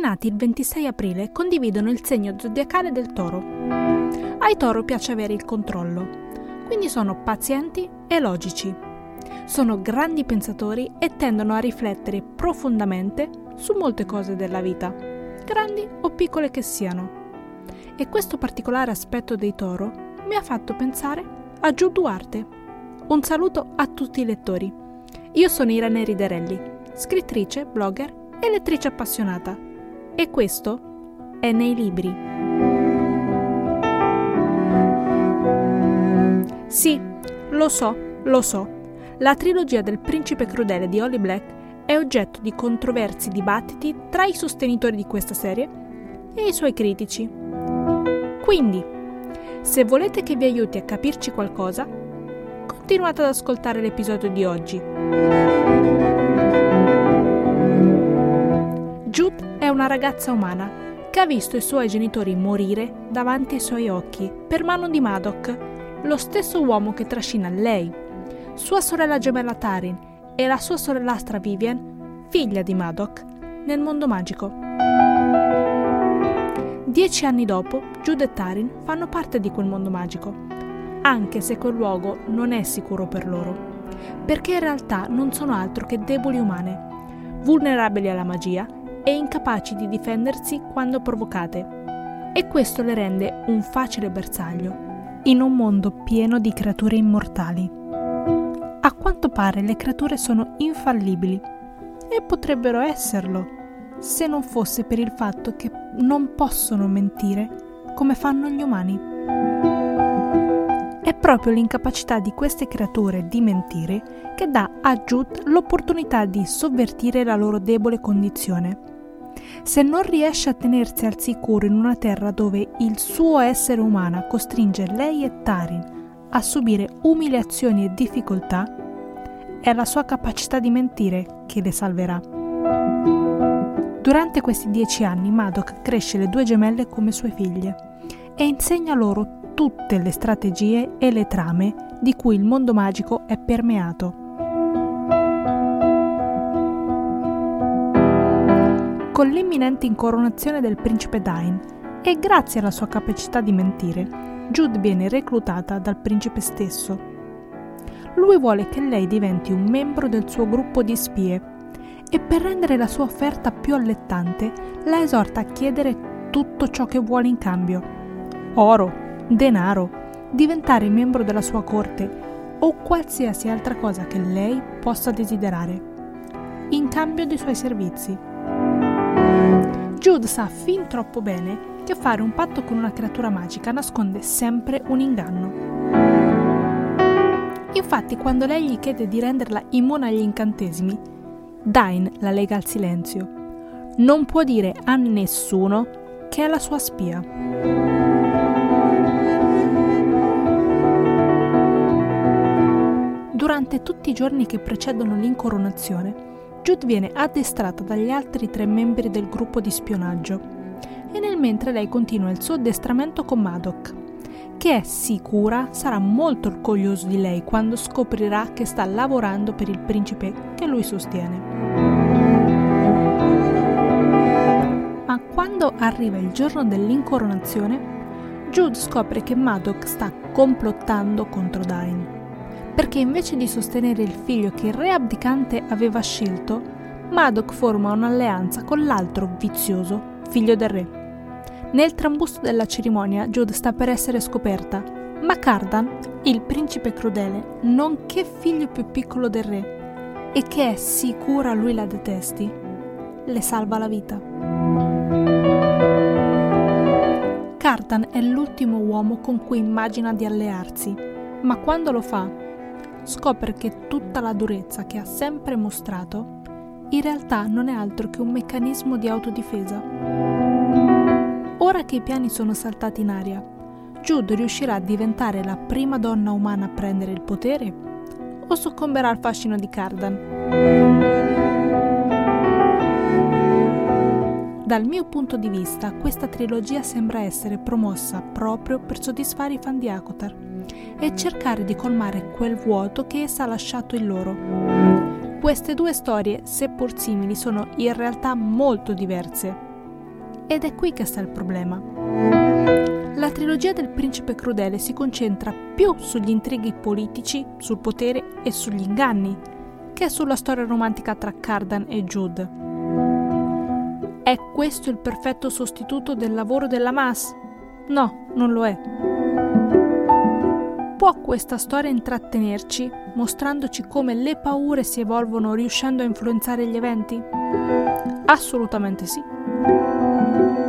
nati il 26 aprile condividono il segno zodiacale del Toro. Ai Toro piace avere il controllo, quindi sono pazienti e logici. Sono grandi pensatori e tendono a riflettere profondamente su molte cose della vita, grandi o piccole che siano. E questo particolare aspetto dei Toro mi ha fatto pensare a Jude Duarte. Un saluto a tutti i lettori. Io sono Irene Riderelli, scrittrice, blogger e lettrice appassionata. E questo è Nei Libri. Sì, lo so. La trilogia del Principe Crudele di Holly Black è oggetto di controversi dibattiti tra i sostenitori di questa serie e i suoi critici. Quindi, se volete che vi aiuti a capirci qualcosa, continuate ad ascoltare l'episodio di oggi. Jude è una ragazza umana che ha visto i suoi genitori morire davanti ai suoi occhi per mano di Madoc, lo stesso uomo che trascina lei, sua sorella gemella Tarin e la sua sorellastra Vivian, figlia di Madoc, nel mondo magico. 10 anni dopo, Jude e Tarin fanno parte di quel mondo magico, anche se quel luogo non è sicuro per loro, perché in realtà non sono altro che deboli umane, vulnerabili alla magia e incapaci di difendersi quando provocate. E questo le rende un facile bersaglio in un mondo pieno di creature immortali. A quanto pare le creature sono infallibili, e potrebbero esserlo, se non fosse per il fatto che non possono mentire come fanno gli umani. È proprio l'incapacità di queste creature di mentire che dà a Jude l'opportunità di sovvertire la loro debole condizione. Se non riesce a tenersi al sicuro in una terra dove il suo essere umana costringe lei e Tarin a subire umiliazioni e difficoltà, è la sua capacità di mentire che le salverà. Durante questi 10 anni Madoc cresce le due gemelle come sue figlie e insegna loro tutte le strategie e le trame di cui il mondo magico è permeato. Con l'imminente incoronazione del principe Dain e grazie alla sua capacità di mentire, Jude viene reclutata dal principe stesso. Lui vuole che lei diventi un membro del suo gruppo di spie e per rendere la sua offerta più allettante la esorta a chiedere tutto ciò che vuole in cambio: oro, denaro, diventare membro della sua corte o qualsiasi altra cosa che lei possa desiderare, in cambio dei suoi servizi. Jude sa fin troppo bene che fare un patto con una creatura magica nasconde sempre un inganno. Infatti, quando lei gli chiede di renderla immune agli incantesimi, Dain la lega al silenzio. Non può dire a nessuno che è la sua spia. Durante tutti i giorni che precedono l'incoronazione, Jude viene addestrata dagli altri 3 membri del gruppo di spionaggio e nel mentre lei continua il suo addestramento con Madoc, che è sicura sarà molto orgoglioso di lei quando scoprirà che sta lavorando per il principe che lui sostiene. Ma quando arriva il giorno dell'incoronazione, Jude scopre che Madoc sta complottando contro Dain, perché invece di sostenere il figlio che il re abdicante aveva scelto, Madoc forma un'alleanza con l'altro vizioso figlio del re. Nel trambusto della cerimonia Jude sta per essere scoperta, ma Cardan, il principe crudele, nonché figlio più piccolo del re, e che è sicura lui la detesti, le salva la vita. Cardan è l'ultimo uomo con cui immagina di allearsi, ma quando lo fa, scopre che tutta la durezza che ha sempre mostrato in realtà non è altro che un meccanismo di autodifesa. Ora che i piani sono saltati in aria, Jude riuscirà a diventare la prima donna umana a prendere il potere o soccomberà al fascino di Cardan? Dal mio punto di vista, questa trilogia sembra essere promossa proprio per soddisfare i fan di ACOTAR e cercare di colmare quel vuoto che essa ha lasciato in loro. Queste due storie, seppur simili, sono in realtà molto diverse. Ed è qui che sta il problema. La trilogia del Principe Crudele si concentra più sugli intrighi politici, sul potere e sugli inganni, che sulla storia romantica tra Cardan e Jude. È questo il perfetto sostituto del lavoro della Mas? No, non lo è. Può questa storia intrattenerci, mostrandoci come le paure si evolvono riuscendo a influenzare gli eventi? Assolutamente sì.